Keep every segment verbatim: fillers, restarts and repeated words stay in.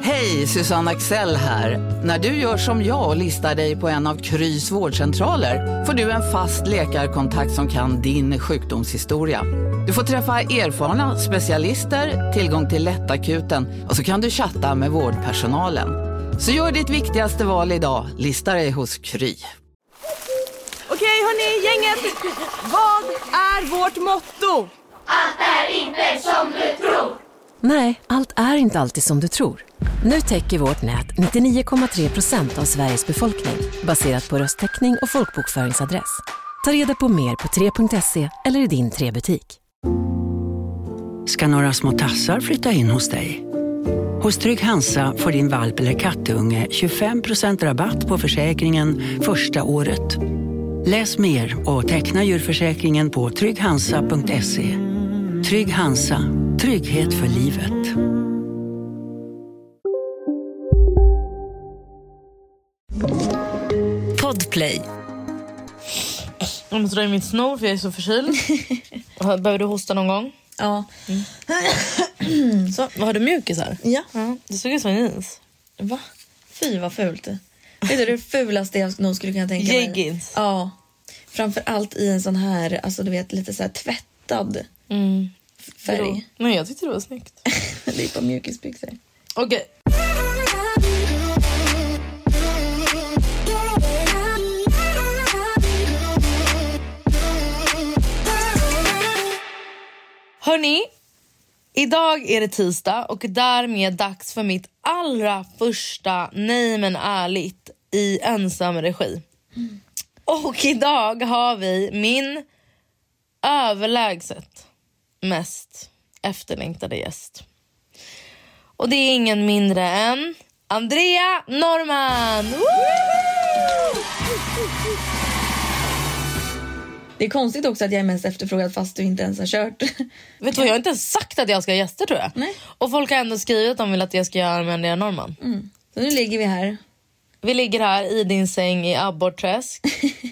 Hej, Susanne Axel här. När du gör som jag och listar dig på en av Krys vårdcentraler får du en fast läkarkontakt som kan din sjukdomshistoria. Du får träffa erfarna specialister, tillgång till lättakuten och så kan du chatta med vårdpersonalen. Så gör ditt viktigaste val idag, lista dig hos Kry. Okej hörni, gänget. Vad är vårt motto? Allt är inte som du tror. Nej, allt är inte alltid som du tror. Nu täcker vårt nät nittionio komma tre procent av Sveriges befolkning baserat på röstteckning och folkbokföringsadress. Ta reda på mer på tre punkt se eller i din tre-butik. Ska några små tassar flytta in hos dig? Hos Trygg Hansa får din valp eller kattunge tjugofem procent rabatt på försäkringen första året. Läs mer och teckna djurförsäkringen på trygg hansa punkt se. Trygg Hansa. Trygghet för livet. Podplay. Jag måste dra i mitt snor för jag är så förkyld. Behöver du hosta någon gång? Ja. Mm. Så, vad har du mjukisar? Ja. Ja. Det såg ut som en is. Va? Fy vad fult. Vet du det fulaste jag nog skulle kunna tänka mig? Jeggings. Ja. Framförallt i en sån här, alltså du vet, lite så här tvättad mm. färg. Nej, jag tyckte det var snyggt. Det är på mjukisbyxor. Okej. Okay. Hörni, idag är det tisdag och därmed dags för mitt allra första Nej men ärligt i ensam regi. Mm. Och idag har vi min överlägset mest efterlängtade gäst. Och det är ingen mindre än Andrea Norman! Woo! Det är konstigt också att jag är mest efterfrågad fast du inte ens har kört. Vet du vad, jag har inte ens sagt att jag ska ha gäster tror jag. Nej. Och folk har ändå skrivit att de vill att jag ska göra med Andrea Norman. Mm. Så nu ligger vi här. Vi ligger här i din säng i Abborrträsk.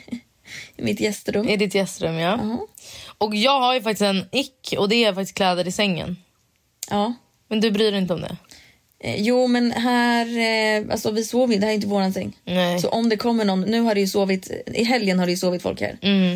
I mitt gästrum. I ditt gästrum, ja. Uh-huh. Och jag har ju faktiskt en ick och det är faktiskt kläder i sängen. Ja. Men du bryr dig inte om det? Eh, jo, men här, eh, alltså vi sover, det här är inte våran säng. Nej. Så om det kommer någon, nu har det ju sovit, i helgen har det ju sovit folk här. Mm.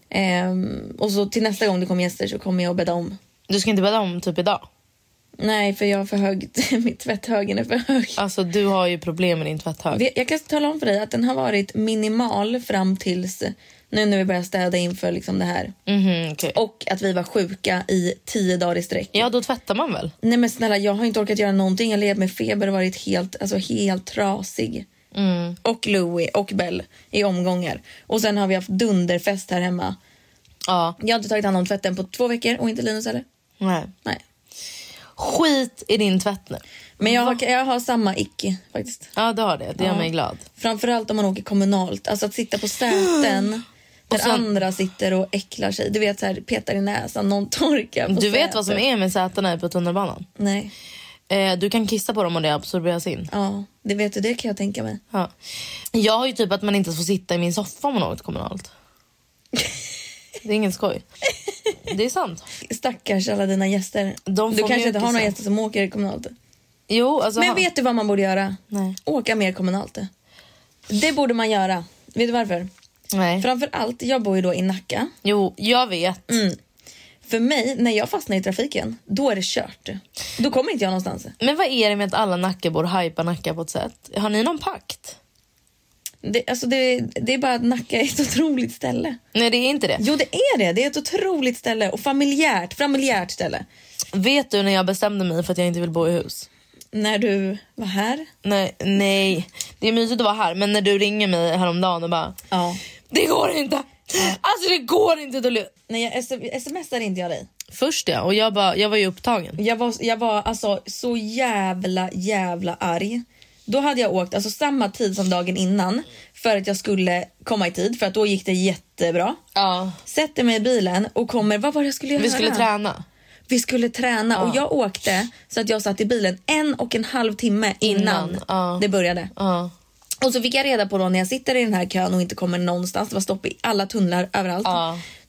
Eh, och så till nästa gång det kommer gäster så kommer jag att bädda om. Du ska inte bädda om typ idag? Nej, för jag har för högt, mitt tvätthögen är för hög. Alltså du har ju problem med din tvätthög. Jag kan tala om för dig att den har varit minimal fram tills nu när vi börjar städa inför liksom det här. Mm-hmm, okay. Och att vi var sjuka i tio dagar i sträck. Ja, då tvättar man väl? Nej men snälla, jag har inte orkat göra någonting. Jag lever med feber och varit helt, alltså helt trasig. Mm. Och Louie och Bell i omgångar. Och sen har vi haft dunderfest här hemma. Ja. Jag har inte tagit hand om tvätten på två veckor och inte Linus heller. Nej. Nej. Skit i din tvätt nu. Men jag har, jag har samma icke faktiskt. Ja, du har det. Det gör ja. mig glad. Framförallt om man åker kommunalt. Alltså att sitta på säten där sen, andra sitter och äcklar sig. Du vet så här, petar i näsan, någon torkar på Du vet sätet. vad som är med sätena på tunnelbanan? Nej. Eh, du kan kissa på dem och det absorberas in. Ja, det vet du, det kan jag tänka mig. Ja. Jag har ju typ att man inte får sitta i min soffa om man åkt kommunalt. Det är ingen skoj. Det är sant. Stackars alla dina gäster. De du kanske inte inte har några gäster som åker kommunalt. Jo, alltså Men han... vet du vad man borde göra? Nej. Åka mer kommunalt. Det borde man göra. Vet du varför? Nej. Framförallt, jag bor ju då i Nacka. Jo, jag vet. Mm. För mig, när jag fastnar i trafiken, då är det kört. Då kommer inte jag någonstans. Men vad är det med att alla Nackabor hypar Nacka på ett sätt? Har ni någon pakt? Det, alltså det, det är bara att Nacka är ett otroligt ställe. Nej, det är inte det. Jo, det är det. Det är ett otroligt ställe. Och familjärt, familjärt ställe. Vet du när jag bestämde mig för att jag inte vill bo i hus? När du var här? Nej, nej. Det är mysigt att vara här. Men när du ringer mig häromdagen och bara... Ja. Det går inte. Ja. Alltså det går inte. Att lu- Nej, jag smsade inte jag dig. Först ja. Och jag, bara, jag var ju upptagen. Jag var, jag var alltså så jävla, jävla arg. Då hade jag åkt alltså samma tid som dagen innan. För att jag skulle komma i tid. För att då gick det jättebra. Ja. Sätter mig i bilen och kommer... Vad var det jag skulle göra? Vi skulle träna. Vi skulle träna ja. och jag åkte så att jag satt i bilen en och en halv timme innan, innan. Ja. det började. Ja. Och så fick jag reda på då när jag sitter i den här kön och inte kommer någonstans. Det var stopp i alla tunnlar överallt. Ja.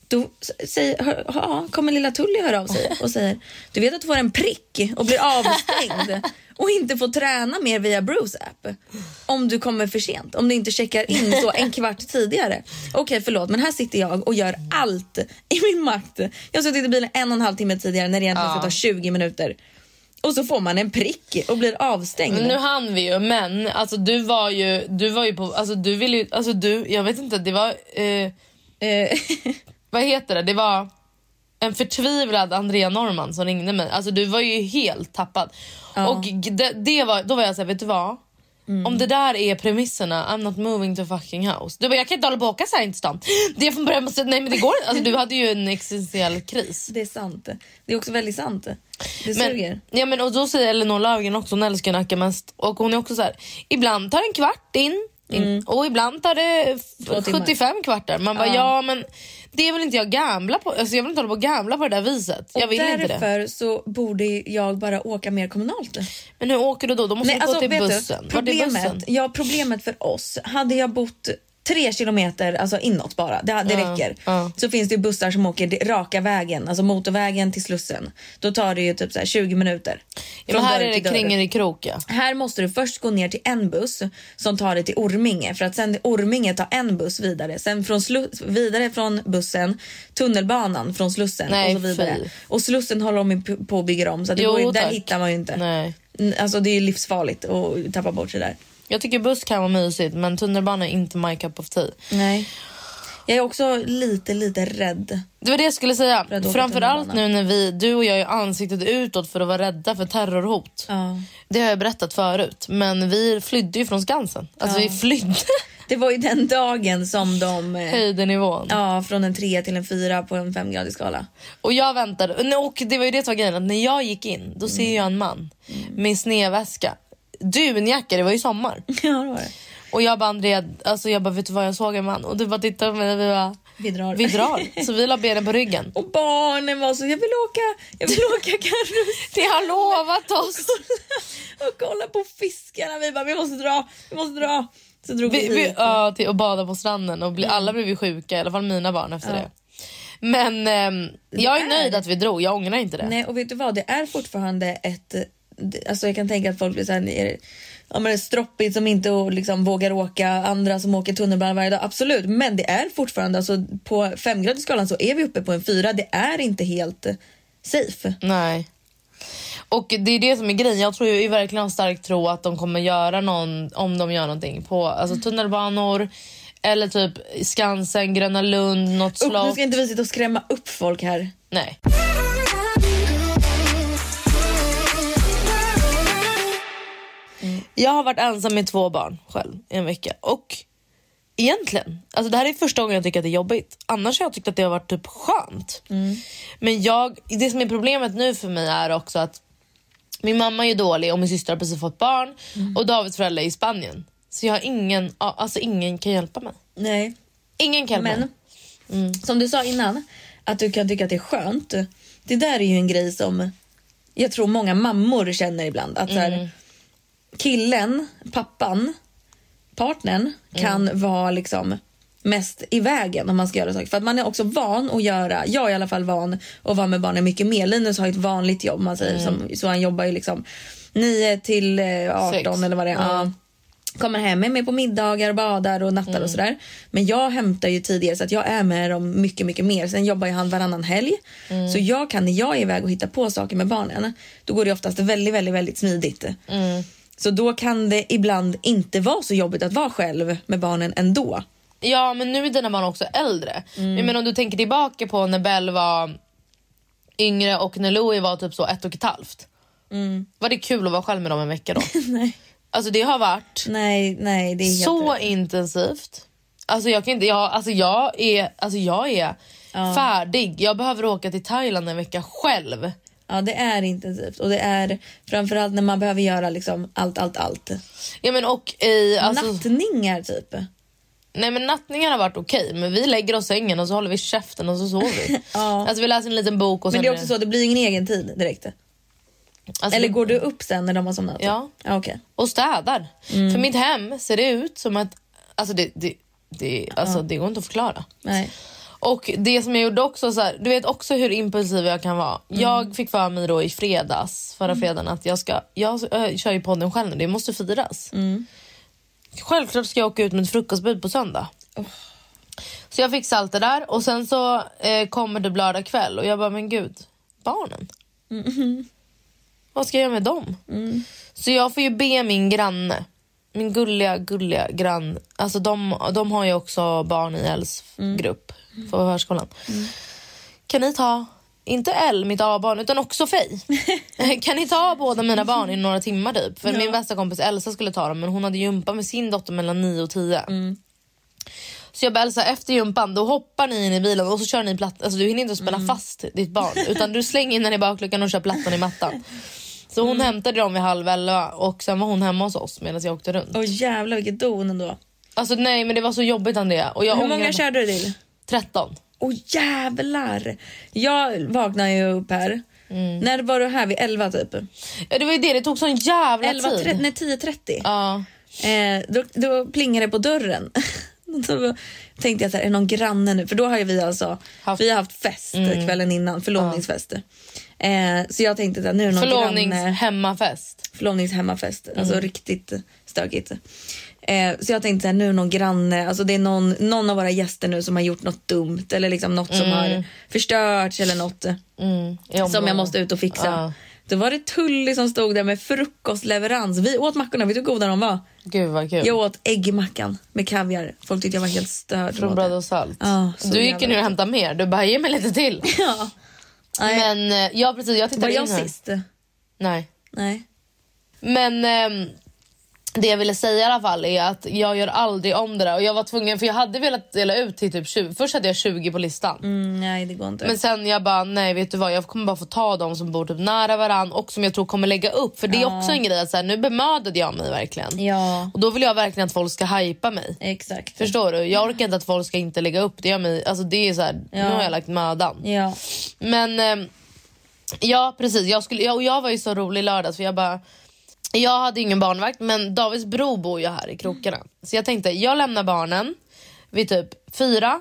Då säger, hör, ja, kommer lilla Tully höra av sig och säger, du vet att du får en prick och blir avstängd och inte får träna mer via Bruce app om du kommer för sent, om du inte checkar in så en kvart tidigare. Okej, okay, förlåt, men här sitter jag och gör allt i min makt. Jag har suttit i bilen en och en halv timme tidigare när det egentligen ska ta tjugo minuter. Och så får man en prick och blir avstängd. Men nu hann vi ju, men alltså du var ju du var ju på, alltså du ville ju, alltså du, jag vet inte, det var eh, eh, vad heter det? Det var en förtvivlad Andrea Norman som ringde mig. Alltså du var ju helt tappad. Ja. Och det, det var, då var jag så här, vet du vad? Mm. Om det där är premisserna, I'm not moving to fucking house. Du bara, jag kan inte hålla på och åka så här inte stan. Det är från början, måste, nej men det går inte. Alltså du hade ju en existentiell kris. Det är sant. Det är också väldigt sant. Det men, suger. Ja men och då säger Elinor Löfgren också, hon älskar Nacka mest. Och hon är också så här, ibland tar en kvart in. Mm. Och ibland tar det sjuttiofem kvartar. Man bara, ja. ja men det är väl inte jag gamla på. Alltså jag vill inte hålla på gamla på det där viset. Jag och vill inte det. Därför så borde jag bara åka mer kommunalt. Men hur åker du då? Då måste Nej, du gå alltså, till bussen. Du, problemet, bussen? Ja, problemet för oss, hade jag bott tre kilometer alltså inåt bara, det, det uh, räcker. Uh. Så finns det bussar som åker raka vägen, alltså motorvägen till Slussen. Då tar det ju typ så här tjugo minuter. Ja, men här är det kringen i kroka. Här måste du först gå ner till en buss som tar dig till Orminge, för att sen Orminge tar en buss vidare. Sen från Slu- vidare från bussen, tunnelbanan från Slussen. Nej, och så vidare. fy. Och Slussen håller de på att bygga om, så att det jo, går, där tack. hittar man ju inte. Nej. Alltså det är livsfarligt att tappa bort sig där. Jag tycker buss kan vara mysigt, men tunnelbanan är inte my cup of tea. Nej. Jag är också lite, lite rädd. Det var det jag skulle säga. Framförallt nu när vi, du och jag är ansiktet utåt för att vara rädda för terrorhot. Ja. Det har jag berättat förut. Men vi flydde ju från Skansen. Alltså ja. vi flydde. Det var ju den dagen som de höjde nivån. Ja, från en tre till en fyra på en femgradig skala. Och jag väntade. Och det var ju det som var grejen, att när jag gick in, då ser mm. jag en man mm. med snedväska. Dunjacka, det var ju sommar. Ja, det var det. Och jag bara, Andrea, alltså jag bara, vet du vad, jag såg en man. Och du bara tittade på mig och vi bara, vi drar. Vi drar. Så vi la benen på ryggen. Och barnen var så, jag vill åka, jag vill åka karusell. Det har lovat oss. Och kolla på fiskarna. Vi bara, vi måste dra, vi måste dra. Så drog vi, vi, vi ja, till att bada på stranden. Och bli, mm. alla blev ju sjuka, i alla fall mina barn efter ja. det. Men eh, jag är, är nöjd att vi drog, jag ångrar inte det. Nej, och vet du vad, det är fortfarande ett, alltså jag kan tänka att folk blir så här, är, ja, men det är stroppigt som inte och liksom vågar åka, andra som åker tunnelbana varje dag, absolut, men det är fortfarande, alltså på femgradig skalan så är vi uppe på en fyra, det är inte helt safe. Nej. Och det är det som är grejen. Jag tror ju verkligen starkt tro att de kommer göra någon, om de gör någonting på alltså tunnelbanor eller typ Skansen, Gröna Lund, något slott. Och nu ska inte vi sitta och skrämma upp folk här. Nej. Mm. Jag har varit ensam med två barn själv i en vecka. Och egentligen, alltså det här är första gången jag tycker att det är jobbigt. Annars har jag tyckt att det har varit typ skönt. Mm. Men jag, det som är problemet nu för mig är också att min mamma är ju dålig och min syster har precis fått barn. Mm. Och Davids föräldrar är i Spanien. Så jag har ingen, alltså ingen kan hjälpa mig. Nej. Ingen kan hjälpa mig. Men mm. som du sa innan, att du kan tycka att det är skönt. Det där är ju en grej som jag tror många mammor känner ibland. Att så här, mm. killen, pappan, partnern kan mm. vara liksom mest i vägen om man ska göra saker. För att man är också van att göra, jag är i alla fall van att vara med barnen mycket mer. Linus har ett vanligt jobb, man säger, mm. som, så han jobbar ju liksom nio till arton Sex. Eller vad det är. Mm. Ja. Kommer hem med på middagar och badar och nattar mm. och sådär. Men jag hämtar ju tidigare så att jag är med dem mycket, mycket mer. Sen jobbar ju han varannan helg. Mm. Så jag kan, när jag är iväg och hittar på saker med barnen, då går det oftast väldigt, väldigt, väldigt smidigt. Mm. Så då kan det ibland inte vara så jobbigt att vara själv med barnen ändå. Ja, men nu är dina barn också äldre. Mm. Men om du tänker tillbaka på när Belle var yngre och när Louie var typ så ett och ett halvt. Mm. Var det kul att vara själv med dem en vecka då? Nej. Alltså det har varit nej, nej, det är så helt intensivt. Alltså jag kan inte, jag, alltså jag är, alltså jag är ja. färdig. Jag behöver åka till Thailand en vecka själv. Ja, det är intensivt. Och det är framförallt när man behöver göra liksom allt, allt, allt. Ja, men och i, alltså, nattningar typ. Nej, men nattningar har varit okej. Men vi lägger oss i sängen och så håller vi käften och så sover vi. Ja. Alltså vi läser en liten bok och men det är också så, det blir ingen egen tid direkt. Alltså, eller går du upp sen när de har somnat? Ja, ja okay. Och städar. Mm. För mitt hem ser det ut som att alltså det, det, det, alltså, ja. det går inte att förklara. Nej. Och det som jag gjorde också så här, du vet också hur impulsiv jag kan vara. Mm. Jag fick för mig då i fredags, förra mm. fredagen att jag ska, jag, jag kör ju podden själv nu, det måste firas. Mm. Självklart ska jag åka ut med ett frukostbud på söndag. Oh. Så jag fick allt det där och sen så eh, kommer det lördag kväll och jag bara, men gud, barnen. Mm. Vad ska jag göra med dem? Mm. Så jag får ju be min granne, min gulliga, gulliga grann. Alltså de, de har ju också barn i Els mm. grupp för förskolan. Mm. Kan ni ta, inte Elle, mitt A-barn, utan också Fej. Kan ni ta båda mina barn i några timmar typ? För ja. Min bästa kompis Elsa skulle ta dem, men hon hade jumpa med sin dotter mellan nio och tio. Mm. Så jag bara, Elsa, efter jumpan, då hoppar ni in i bilen och så kör ni platt. Alltså du hinner inte spela mm. fast ditt barn, utan du slänger in den i bakluckan och kör plattan i mattan. Så hon mm. hämtade dem vid halv elva och sen var hon hemma hos oss medan jag åkte runt. Åh jävlar, vilket don ändå. Alltså nej, men det var så jobbigt Andrea. Och jag Hur många ångrade... körde du till? tretton. Åh jävlar. Jag vaknade ju upp här. Mm. När var du här? Vid elva typ? Ja, det var ju det. Det tog sån jävla elva, tid. trettio, nej, tio trettio. Ja. Eh, då, då plingade det på dörren. Då tänkte jag så här, är någon granne nu? För då har ju vi alltså haft, vi har haft fest mm. kvällen innan, förlovningsfest. Ja. Eh, så jag tänkte att nu är någon Förlovnings granne... hemmafest. Förlovningshemmafest. Mm. Alltså riktigt stökigt. Eh, så jag tänkte så här, nu är någon granne, alltså det är någon, någon av våra gäster nu som har gjort något dumt eller liksom något mm. som har förstörts eller något mm. jag som jag måste ut och fixa. Ja. Då var det Tully som stod där med frukostleverans. Vi åt mackorna, vet du hur goda de var? Gud vad kul. Jag åt äggmackan med kaviar. Folk tyckte jag var helt störd. Från bröd och salt. Ja, du gick ju nu och hämtade mer. Du bara, ge mig lite till. Ja. Men ja, precis, jag tittade var in jag här. Sist? Nej. Nej. Men eh, det jag ville säga i alla fall är att jag gör aldrig om det där. Och jag var tvungen, för jag hade velat dela ut till typ tjugo. Först hade jag tjugo på listan. Mm, nej, det går inte. Men sen jag bara, nej vet du vad, jag kommer bara få ta dem som bor typ nära varann och som jag tror kommer lägga upp. För det är ja. också en grej att så här, nu bemödade jag mig verkligen. Ja. Och då vill jag verkligen att folk ska hypa mig. Exakt. Förstår du? Jag orkar inte att folk ska inte lägga upp. Det gör mig, alltså det är så här, ja. nu har jag lagt mödan. Ja. Men eh, ja, precis. Jag, skulle, jag, och jag var ju så rolig lördags för jag bara... Jag hade ingen barnvakt, men Davids bror bor ju här i krokarna. Så jag tänkte, jag lämnar barnen vid typ fyra.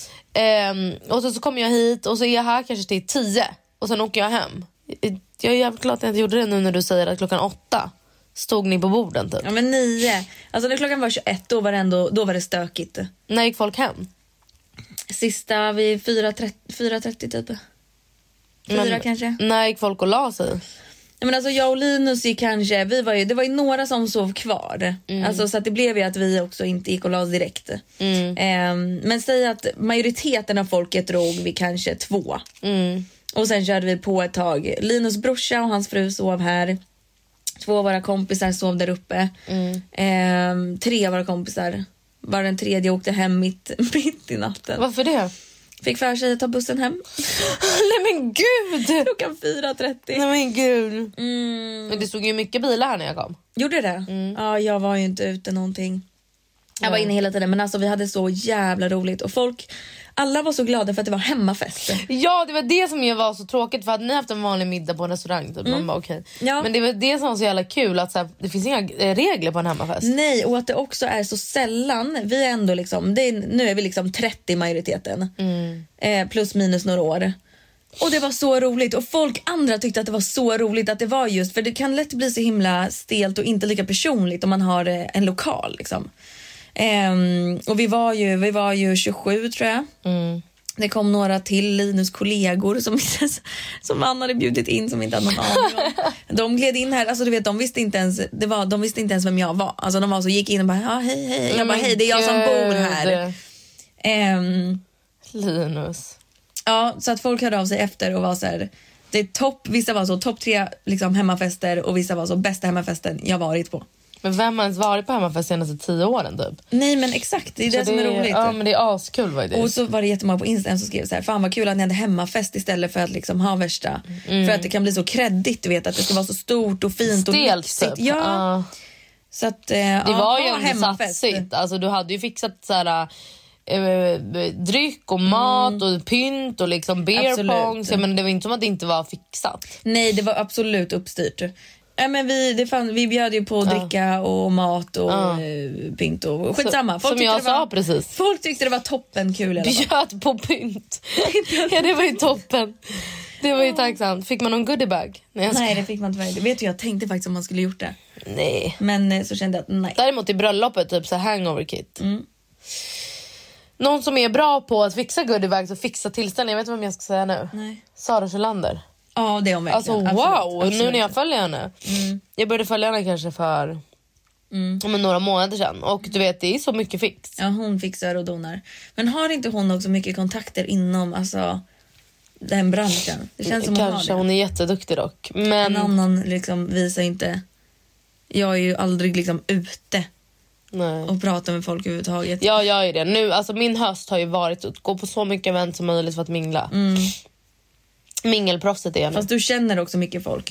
Ehm, och så, så kommer jag hit och så är jag här kanske till tio. Och sen åker jag hem. Jag är jävligt glad att jag inte gjorde det nu när du säger att klockan åtta stod ni på borden typ. Ja men nio. Alltså när klockan var tjugoett då var det, ändå, då var det stökigt. När gick folk hem? Sista vid fyra trettio typ. Fyra men, kanske. När gick folk och la sig? Men alltså jag och Linus gick kanske, vi var ju, det var ju några som sov kvar. Mm. Alltså så att det blev ju att vi också inte gick och la oss direkt. Mm. Um, men säg att majoriteten av folket drog vi kanske två. Mm. Och sen körde vi på ett tag. Linus brorsa och hans fru sov här. Två av våra kompisar sov där uppe. Mm. Um, tre av våra kompisar. Bara den tredje åkte hem mitt, mitt i natten. Varför det? Fick för sig att ta bussen hem. Nej men gud! Klockan fyra trettio. Nej men gud. Mm. Men det stod ju mycket bilar här när jag kom. Gjorde det? Mm. Ja, jag var ju inte ute någonting. Jag var inne hela tiden, men alltså vi hade så jävla roligt. Och folk, alla var så glada för att det var hemmafest. Ja, det var det som jag var så tråkigt. För hade ni haft en vanlig middag på en restaurang typ, mm. man bara, okay. Ja. Men det var det som var så jävla kul att så här, det finns inga regler på en hemmafest. Nej, och att det också är så sällan. Vi är ändå liksom, det är, nu är vi liksom trettio majoriteten. Mm. eh, Plus minus några år. Och det var så roligt. Och folk andra tyckte att det var så roligt att det var just. För det kan lätt bli så himla stelt och inte lika personligt om man har en lokal liksom. Um, och vi var ju vi var ju tjugosju tror jag. Mm. Det kom några till Linus kollegor som som han hade bjudit in som inte hade någon aning om. De gled in här, alltså du vet, de visste inte ens det var de visste inte ens vem jag var. Alltså de var så gick in och bara ja hej hej. Jag bara hej, det är jag som bor här. Um, Linus. Ja, så att folk hörde av sig efter och var så här, det är topp, vissa var så topp tre liksom hemmafester och vissa var så bästa hemmafesten jag varit på. Men vem har ens varit på hemmafest senaste tio åren typ? Nej men exakt, det är det, det som är roligt. Ja men det är askul vad det är. Och så var det jättemånga på Instagram som skrev så här: fan vad kul att ni hade hemmafest istället för att liksom ha värsta. Mm. För att det kan bli så kreddigt, du vet, att det ska vara så stort och fint. Stelt, och lyxigt. Typ. Ja. Uh. Så att, eh, det ja, var ju en hemmafest. Alltså du hade ju fixat så här äh, dryck och mat mm. och pynt och liksom beer pong. Så, men det var inte som att det inte var fixat. Nej, det var absolut uppstyrt. Ja, men vi, det fann, vi bjöd ju på Ja. dricka och mat och Ja. eh, pynt och skitsamma. Folk Som tyckte jag det var, sa precis. Folk tyckte det var toppen kul i alla fall. Bjöd på pynt. Ja, det var ju toppen. Det var ju tacksamt. Fick man någon goodiebag? Nej, jag ska... Nej, det fick man inte. Det vet du, jag tänkte faktiskt om man skulle gjort det. nej. Men eh, så kände jag att nej. Däremot i bröllopet typ så hangover kit. Mm. Någon som är bra på att fixa goodiebags och fixa tillställningar. Jag vet inte vad jag ska säga nu. Nej. Sara Sjölander. Ja, det är hon verkligen. Alltså Absolut, wow, absolut. nu när jag följer henne. Mm. Jag började följa henne kanske för Mm. men några månader sedan. Och du vet, det är så mycket fix. Ja, hon fixar och donar. Men har inte hon också mycket kontakter inom alltså, den branschen? Det känns som hon har Kanske, det. hon är jätteduktig dock. En Men annan liksom visar inte... Jag är ju aldrig liksom ute nej. och pratar med folk överhuvudtaget. Jag gör ju det. Nu, alltså min höst har ju varit att gå på så mycket event som möjligt för att mingla. Mm. Mingelproffset är jag nu. Fast du känner också mycket folk.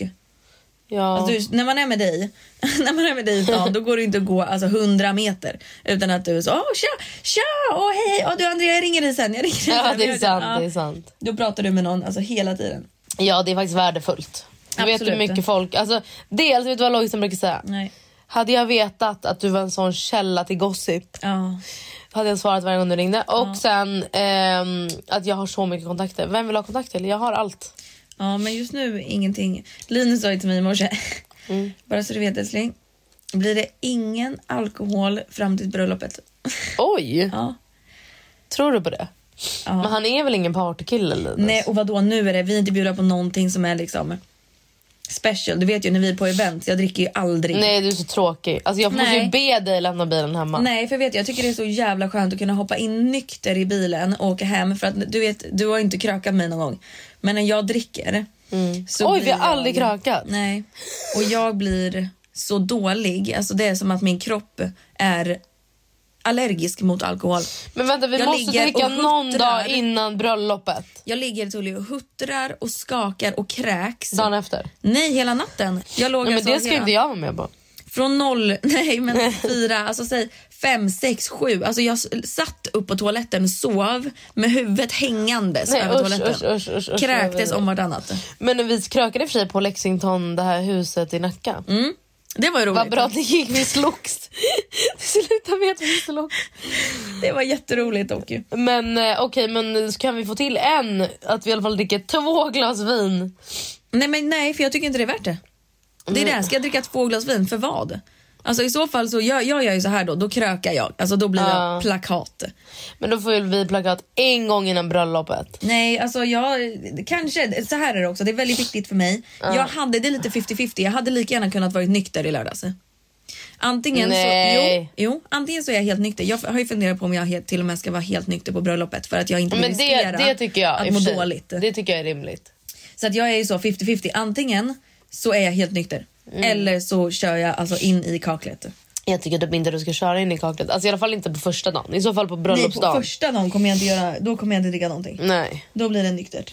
Ja. Alltså, du, när man är med dig när man är med dig i stan, då går det inte att gå alltså, hundra meter utan att du är så, åh tja, tja, åh hej, åh du Andrea, jag ringer dig sen, jag ringer dig Ja, sen. det är sant, Ja. det är sant. Då pratar du med någon alltså, hela tiden. Ja, det är faktiskt värdefullt. Du vet hur Absolut. mycket folk... Alltså, dels, vet du vad Lojsan brukar säga? Nej. Hade jag vetat att du var en sån källa till gossip, Ja. hade jag svarat varje gång du ringde. Och sen ehm, att jag har så mycket kontakter. Vem vill ha kontakter? Jag har allt. Ja, men just nu ingenting. Linus sa ju till mig i morse, Mm. bara så du vet älskling, blir det ingen alkohol fram till bröllopet. Oj, Ja. tror du på det? Ja. Men han är väl ingen partykille? Linus? Nej, och vadå, nu är det, vi är inte bjudna på någonting som är liksom special. Du vet ju när vi är på event, jag dricker ju aldrig. Nej, du är så tråkig. Alltså jag måste Nej. ju be dig lämna bilen hemma. Nej, för vet jag, jag tycker det är så jävla skönt att kunna hoppa in nykter i bilen och åka hem. För att du vet, du har inte krökat mig någon gång. Men när jag dricker Mm. så Oj, blir vi har jag... aldrig krökat. Nej, och jag blir så dålig. Alltså det är som att min kropp är allergisk mot alkohol. Men vänta, vi Jag måste ligger dricka och någon huttrar. dag innan bröllopet. Jag ligger till och huttrar och skakar och kräks. Dagen efter. Nej, hela natten. Jag låg Nej, men alltså det ska hela... inte jag vara med på. Från noll, nej men fyra, alltså säg fem, sex, sju. Alltså jag s- satt upp på toaletten, sov med huvudet hängandes Nej, över usch, toaletten. usch, usch, usch, usch, Kräktes vad om vartannat. Men vi krökade i och för sig på Lexington, det här huset i Nacka. Mm. Det var ju roligt. Vad bra det gick, vi slogs. Det slutade med att vi slogs. Det var jätteroligt dock ju. Men eh, okej, men så kan vi få till en, att vi i alla fall dricker två glas vin. Nej men nej, för jag tycker inte det är värt det. Det är det, ska jag dricka två glas vin för vad? Alltså i så fall så gör jag gör ju så här då, då krökar jag. Alltså då blir Ja. jag plakat. Men då får väl vi plakat en gång innan bröllopet. Nej, alltså jag kanske, så här är det också, det är väldigt viktigt för mig. Jag hade det lite fifty fifty, jag hade lika gärna kunnat vara nykter i lördags. Antingen Nej. så, jo, jo, antingen så är jag helt nykter. Jag har ju funderat på om jag helt, till och med ska vara helt nykter på bröllopet för att jag inte vill Men det, riskera det tycker jag i att må och för sig. dåligt. Det tycker jag är rimligt. Så att jag är ju så fifty fifty, antingen så är jag helt nykter eller så kör jag alltså in i kaklet. Jag tycker typ inte du ska köra in i kaklet. Alltså i alla fall inte på första dagen. I så fall på Nej, bröllopsdagen. på första dagen kommer jag inte göra, då kommer jag inte dricka någonting. Nej. Då blir det nyktert.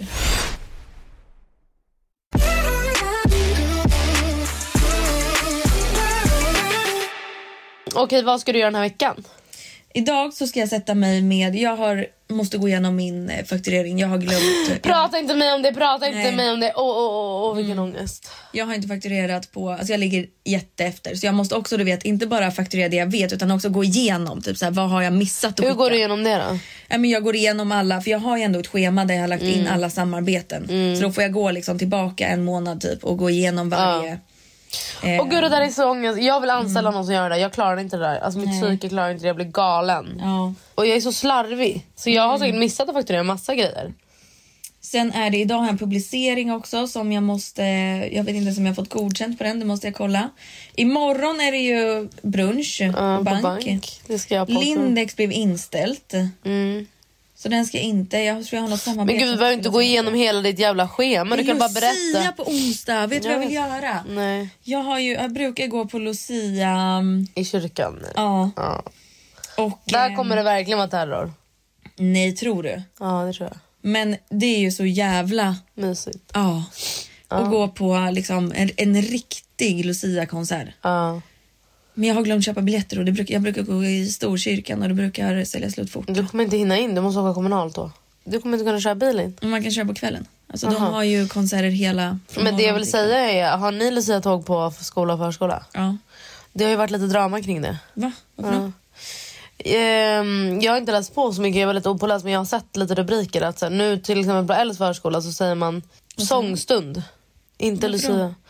Okej, vad ska du göra den här veckan? Idag så ska jag sätta mig med, jag har, måste gå igenom min eh, fakturering. Jag har glömt. Prata inte med mig om det, prata inte Nej. med mig om det. Åh, åh, åh, åh, vilken ångest. Jag har inte fakturerat på, alltså jag ligger jätteefter. Så jag måste också, du vet, inte bara fakturera det jag vet utan också gå igenom typ så här, vad har jag missat att Hur skicka? går du igenom det då? Ja, men jag går igenom alla, för jag har ju ändå ett schema där jag har lagt in alla samarbeten. Så då får jag gå liksom tillbaka en månad typ och gå igenom varje. Eh, Åh gud, det där är så ångest. Jag vill anställa någon som gör det där. Jag klarar inte det där. Alltså mitt Nej. psyke klarar inte det. Jag blir galen. Ja. Och jag är så slarvig. Så jag har säkert missat att fakturera massa grejer. Sen är det idag har jag en publicering också som jag måste, jag vet inte om jag har fått godkänt på den, det måste jag kolla. Imorgon är det ju brunch Ja, på på bank. bank. Det ska jag på. Lindex blev inställt. Mm. Så den ska inte, jag tror jag har något samarbete. Men gud, vi behöver inte gå igenom hela ditt jävla schema. Du kan bara Lucia berätta. på onsdag, vet du vad jag vill Ja. göra? Nej. Jag har ju, jag brukar gå på Lucia. I kyrkan. Ja. Ja. Och Där eh, kommer det verkligen vara terror. nej, tror du? Ja, det tror jag. Men det är ju så jävla, Mysigt. ja. Och gå på liksom en, en riktig Lucia-konsert. Ja. Men jag har glömt köpa biljetter och det brukar, jag brukar gå i Storkyrkan och det brukar sälja slut fort. Du kommer inte hinna in, du måste åka kommunalt då. Du kommer inte kunna köra bil in. Men man kan köra på kvällen. Alltså de har ju konserter hela... Men det jag vill säga är, har ni Lucia-tåg på skola och förskola? Ja. Det har ju varit lite drama kring det. Va? Varför då? Ja. Ehm, jag har inte läst på så mycket, jag var lite opåläst, men jag har sett lite rubriker att så här, nu till exempel på Els förskola så säger man sångstund. Inte Varför Lucia. då?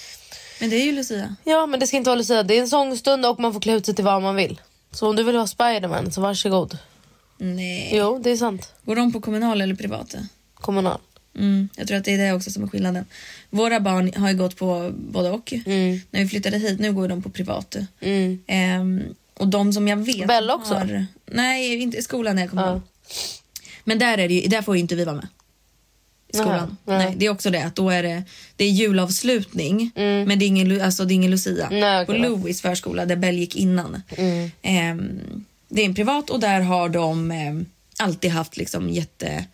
Men det är ju Lucia. Ja, men det ska inte vara Lucia. Det är en sångstund och man får klä ut sig till vad man vill. Så om du vill ha Spiderman så varsågod. Nej. Jo, det är sant. Går de på kommunal eller privat? Kommunal. Mm, jag tror att det är det också som är skillnaden. Våra barn har ju gått på både och. Mm. När vi flyttade hit, nu går de på privat. Mm. Ehm, och de som jag vet Bella också? Har, nej, inte i skolan när jag kommer Ja. ihåg. Men där, är det ju, där får ju inte vi vara med. I skolan. Nej, nej. Nej, det är också det att då är det, det är julavslutning, Mm. men det är ingen, alltså, det är ingen Lucia. Nej, På okej. Louis förskola där Bell gick innan. Mm. Ehm, det är en privat och där har de ehm, alltid haft liksom jätte...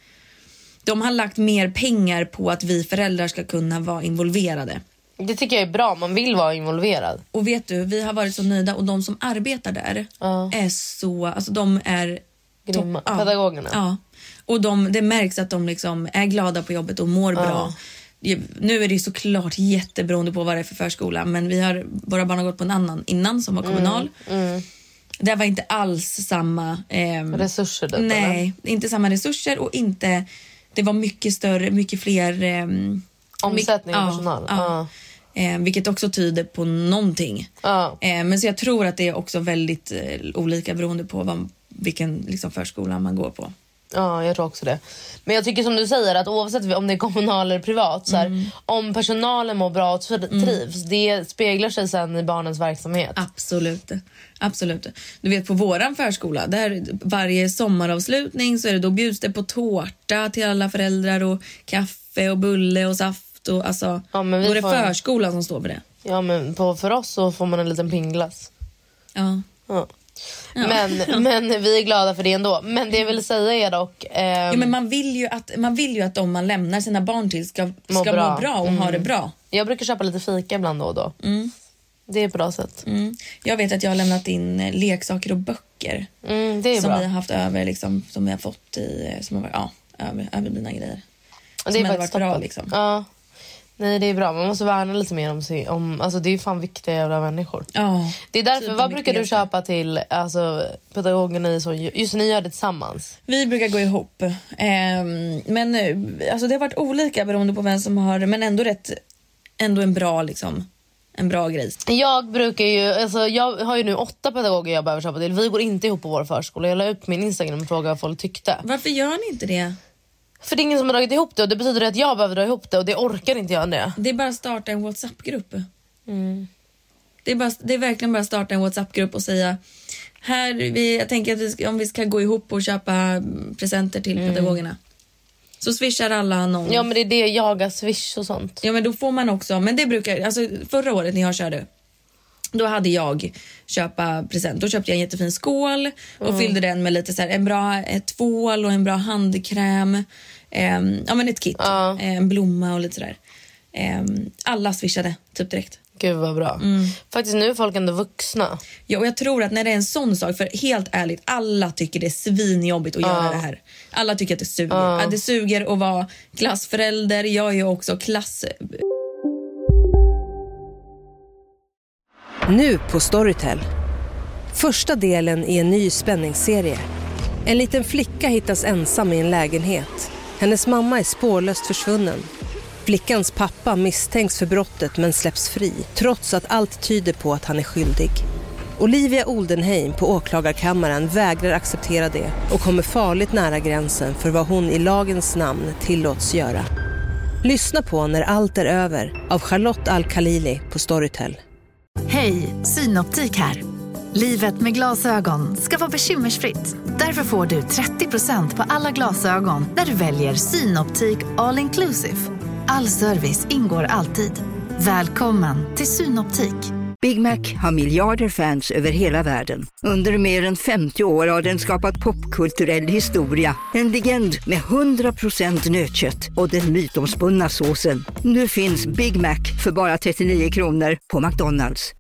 De har lagt mer pengar på att vi föräldrar ska kunna vara involverade. Det tycker jag är bra, man vill vara involverad. Och vet du, vi har varit så nöjda och de som arbetar där Ja. är så, alltså de är Grymma. ja. Pedagogerna. Ja. Och de, det märks att de liksom är glada på jobbet och mår Ja. bra. Nu är det ju såklart jätteberoende på vad det är för förskola, men vi har, våra barn har gått på en annan innan som var kommunal. Mm. Mm. Det var inte alls samma ehm, Resurser där, nej, inte samma resurser och inte, det var mycket större, mycket fler ehm, Omsättning av ja, personal. ja. Ja. Eh, vilket också tyder på någonting. Ja. Eh, men så jag tror att det är också väldigt eh, olika beroende på vad, vilken liksom, förskola man går på. Ja, jag tror också det. Men jag tycker som du säger att oavsett om det är kommunal eller privat så här, Mm. om personalen mår bra och trivs, det speglar sig sen i barnens verksamhet. Absolut. Absolut. Du vet på våran förskola, där varje sommaravslutning så är det, då bjuds det på tårta till alla föräldrar och kaffe och bulle och saft och alltså, Ja, men vi då är det får- förskolan som står för det. Ja, men på, för oss så får man en liten pingglass. Ja. Ja. Ja. Men, men vi är glada för det ändå. Men det jag vill säga är dock... ehm, Jo, men man vill ju att man vill ju att de man lämnar sina barn till ska, ska Må må bra. bra, och ha det bra. Jag brukar köpa lite fika ibland då och då. Mm. Det är ett bra sätt. Mm. Jag vet att jag har lämnat in eh, leksaker och böcker Mm, det är som bra. vi har haft över liksom, som vi har fått i, som har varit, ja, över, över dina grejer. Och som är hade faktiskt varit bra toppen. liksom. Ja. Nej, det är bra. Man måste värna lite mer om sig. Om, alltså det är ju fan viktiga jävla människor. Ja. Det är därför, Typ vad brukar du viktigaste. köpa till alltså, pedagogerna i så? Just ni gör det tillsammans. Vi brukar gå ihop. Ehm, men eh, alltså det har varit olika beroende på vem som har, men ändå rätt, ändå en bra liksom, en bra grej. Jag brukar ju, alltså jag har ju nu åtta pedagoger jag behöver köpa till. Vi går inte ihop på vår förskola. Jag la ut på min Instagram och frågade vad folk tyckte. Varför gör ni inte det? För det är ingen som har dragit ihop det och det betyder att jag behöver dra ihop det och det orkar inte jag det. Det är bara att starta en WhatsApp-grupp. Mm. Det är, bara, det är verkligen bara att starta en WhatsApp-grupp och säga här, vi, jag tänker att vi ska, om vi ska gå ihop och köpa mm, presenter till Mm. pedagogerna. Så swishar alla någon. Ja, men det är det, jaga swish och sånt. Ja, men då får man också, men det brukar, alltså förra året när jag körde, då hade jag köpa present. Då köpte jag en jättefin skål och Mm. fyllde den med lite så här, en bra ett tvål och en bra handkräm. Ehm, ja, men ett kit. Ja. En blomma och lite sådär. Ehm, alla swishade typ direkt. Gud vad bra. Mm. Faktiskt nu är folk ändå vuxna. Ja, och jag tror att när det är en sån sak, för helt ärligt, alla tycker det är svinjobbigt att göra Ja. det här. Alla tycker att det suger. Ja. Att det suger att vara klassförälder. Jag är ju också klass... Nu på Storytel. Första delen i en ny spänningsserie. En liten flicka hittas ensam i en lägenhet. Hennes mamma är spårlöst försvunnen. Flickans pappa misstänks för brottet men släpps fri, trots att allt tyder på att han är skyldig. Olivia Oldenheim på åklagarkammaren vägrar acceptera det och kommer farligt nära gränsen för vad hon i lagens namn tillåts göra. Lyssna på När allt är över av Charlotte Al-Khalili på Storytel. Hej, Synoptik här. Livet med glasögon ska vara bekymmersfritt. Därför får du trettio procent på alla glasögon när du väljer Synoptik All Inclusive. All service ingår alltid. Välkommen till Synoptik. Big Mac har miljarder fans över hela världen. Under mer än femtio år har den skapat popkulturell historia. En legend med hundra procent nötkött och den mytomspunna såsen. Nu finns Big Mac för bara trettionio kronor på McDonalds.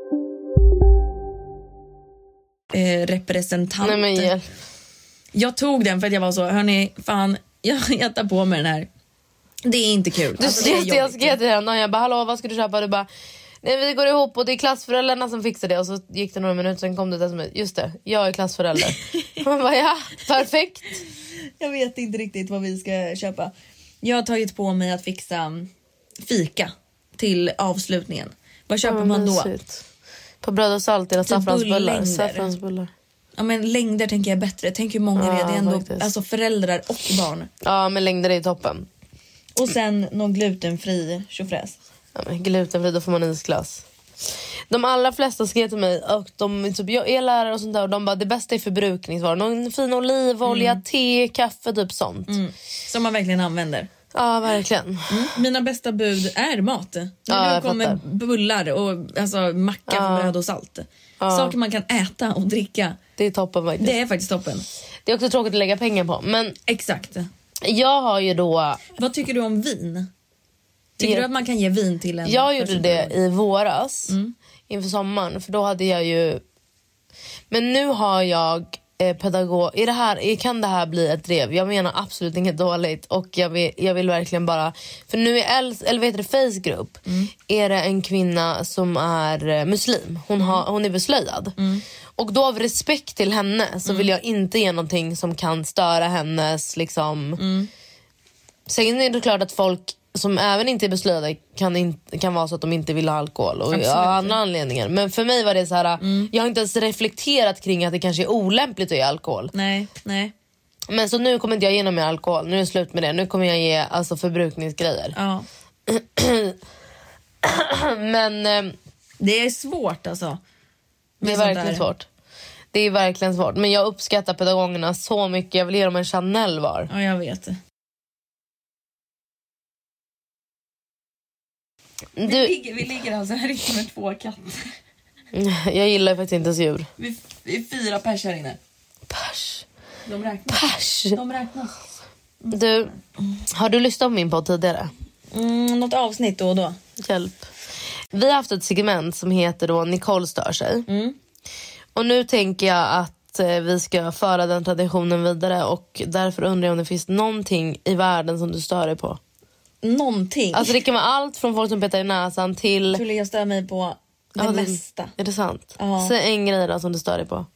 Eh, representant. Nej, men hjälp. Jag tog den för att jag var så, hörni, fan, jag, jag tar på mig den här. Det är inte kul. Du alltså, det är just det, jag skrev till henne och jag bara, hallå vad ska du köpa? Du bara, nej vi går ihop och det är klassföräldrarna som fixar det. Och så gick det några minuter, sen kom det där som är, just det, jag är klassförälder. Man bara, ja, perfekt. Jag vet inte riktigt vad vi ska köpa. Jag har tagit på mig att fixa fika till avslutningen. Vad köper ja, man då? Mysigt. På bröd och salt eller saffransbullar. Saffransbullar. Ja, men längder tänker jag bättre. Tänk hur många ja, det är. Det är ändå faktiskt. alltså föräldrar och barn. Ja, men längder är toppen. Och sen någon glutenfri tjofräs. Ja, men glutenfri, då får man isglass. De allra flesta skrev till mig och de, typ, jag är lärare och sånt där och de bara, det bästa är förbrukningsvaror. Någon fin olivolja, mm. te, kaffe, typ sånt. Mm. Som man verkligen använder. Ja, verkligen. Mm. Mina bästa bud är mat. När ja, nu kommer fattar. bullar och alltså, macka ja. för bröd och salt. Ja. Saker man kan äta och dricka. Det är toppen faktiskt. Det är faktiskt toppen. Det är också tråkigt att lägga pengar på. Men exakt. Jag har ju då... Vad tycker du om vin? Tycker jag... du att man kan ge vin till en... Jag gjorde det i våras. Mm. Inför sommaren. För då hade jag ju... Men nu har jag eh, pedagog... I det här, kan det här bli ett drev? Jag menar absolut inget dåligt. Och jag vill, jag vill verkligen bara... För nu är Els, eller vad heter det, Facegroup. Mm. Är det en kvinna som är eh, muslim. Hon, har, hon är beslöjad. Mm. Och då av respekt till henne så mm. vill jag inte ge någonting som kan störa hennes liksom... Mm. Sen är det klart att folk som även inte är beslöjade kan, in, kan vara så att de inte vill ha alkohol och ja, andra anledningar. Men för mig var det så här, mm. jag har inte ens reflekterat kring att det kanske är olämpligt att ge alkohol. Nej, nej. Men så nu kommer inte jag ge någon mer alkohol. Nu är det slut med det. Nu kommer jag ge alltså förbrukningsgrejer. Ja. Men eh, det är svårt alltså. Det är verkligen där. svårt. Det är verkligen svårt. Men jag uppskattar pedagogerna så mycket. Jag vill ge dem en Chanel var. Ja, jag vet. Du... Vi, ligger, vi ligger alltså här inne med två katter. Jag gillar faktiskt inte ens djur. Vi, vi är fyra pers här inne. Pers. De räknas. Pers. De räknas. Mm. Du, har du lyssnat på min podd tidigare? Mm, något avsnitt då och då. Hjälp. Vi har haft ett segment som heter då Nicole stör sig. Mm. Och nu tänker jag att eh, vi ska föra den traditionen vidare. Och därför undrar jag om det finns någonting i världen som du stör dig på. Någonting? Alltså det kan vara allt från folk som petar i näsan till... Skulle jag störa mig på det ja, mesta. Är det sant? Ja. Säg en grej då som du stör dig på.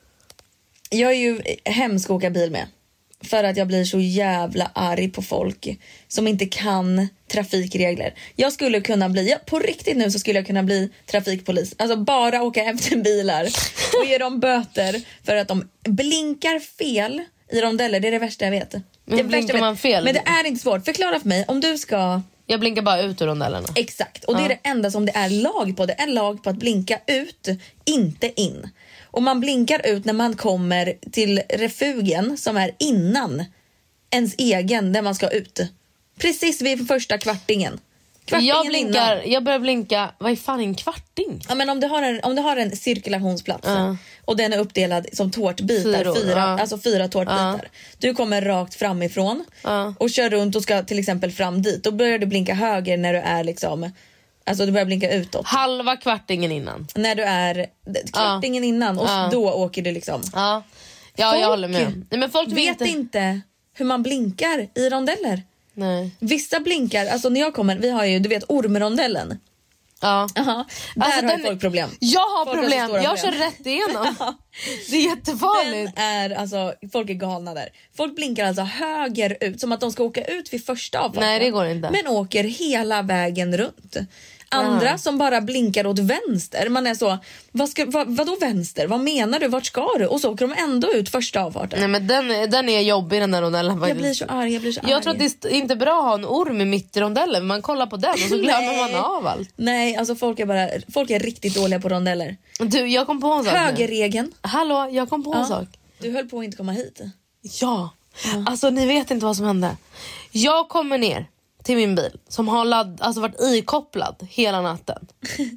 Jag är ju hemsk att åka bil med. För att jag blir så jävla arg på folk som inte kan trafikregler. Jag skulle kunna bli, ja, på riktigt nu så skulle jag kunna bli trafikpolis. Alltså bara åka efter bilar och ge dem böter för att de blinkar fel i rondeller. Det är det värsta jag vet. Men det blinkar värsta man fel? Men det är inte svårt. Förklara för mig, om du ska... Jag blinkar bara ut ur rondellerna. Exakt, och det är det enda som det är lag på. Det är lag på att blinka ut, inte in. Och man blinkar ut när man kommer till refugen som är innan ens egen, där man ska ut. Precis vid första kvartingen. Kvartingen jag blinkar, innan. jag börjar blinka, vad är fan en kvarting? Ja, men om du har en, om du har en cirkulationsplats uh. och den är uppdelad som tårtbitar, Fyra, fyra, uh. alltså fyra tårtbitar. Uh. Du kommer rakt framifrån uh. och kör runt och ska till exempel fram dit. Då börjar du blinka höger när du är liksom... Alltså du börjar blinka utåt. Halva kvartingen innan. När du är kvartingen uh. innan och uh. då åker du liksom. Ja, ja folk jag håller med. Nej, men folk vet inte... inte hur man blinkar i rondeller. Nej. Vissa blinkar, alltså när jag kommer, vi har ju, du vet, ormrondellen. Ja. Aha. Där alltså, har den, folk problem. Jag har folk problem, har jag kör rätt igenom. Det är jättefarligt. Den är, alltså, folk är galna där. Folk blinkar alltså höger ut, som att de ska åka ut vid första avfarten. Nej, det går inte. Men åker hela vägen runt. Andra ja. som bara blinkar åt vänster. Man är så, vad ska, vad, vadå vänster? Vad menar du? Vart ska du? Och så åker de ändå ut första avfarten. Nej, men den, den är jobbig, den där rondellen. Jag blir så arg, jag blir så Jag arg. tror att det är inte bra att ha en orm mitt i rondellen. Man kollar på den och så glömmer man av allt. Nej, alltså folk är bara, folk är riktigt dåliga på rondeller. Du, jag kom på en sak. Högerregeln. Hallå, jag kom på en ja. sak. Du höll på att inte komma hit. Ja. ja, alltså ni vet inte vad som hände. Jag kommer ner till min bil som har ladd, alltså varit ikopplad hela natten.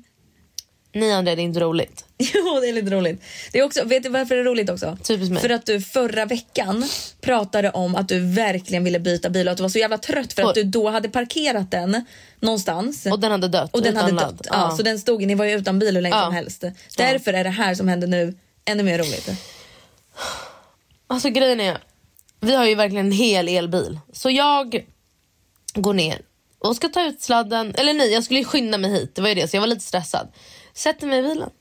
Nej, André, det är inte roligt. Jo, det är lite roligt. Det är också, vet du varför det är roligt också? Typiskt mig. För att du förra veckan pratade om att du verkligen ville byta bil och att du var så jävla trött för att du då hade parkerat den någonstans. Och den hade dött. Och den hade ladd. dött. Ja, ja. Så den stod, ni var ju utan bil hur länge ja. som helst. Därför är det här som händer nu ännu mer roligt. Alltså grejen är, vi har ju verkligen en hel elbil. Så jag Går ner och ska ta ut sladden. Eller nej, jag skulle skynda mig hit. Det var ju det, så jag var lite stressad. Sätter mig i bilen.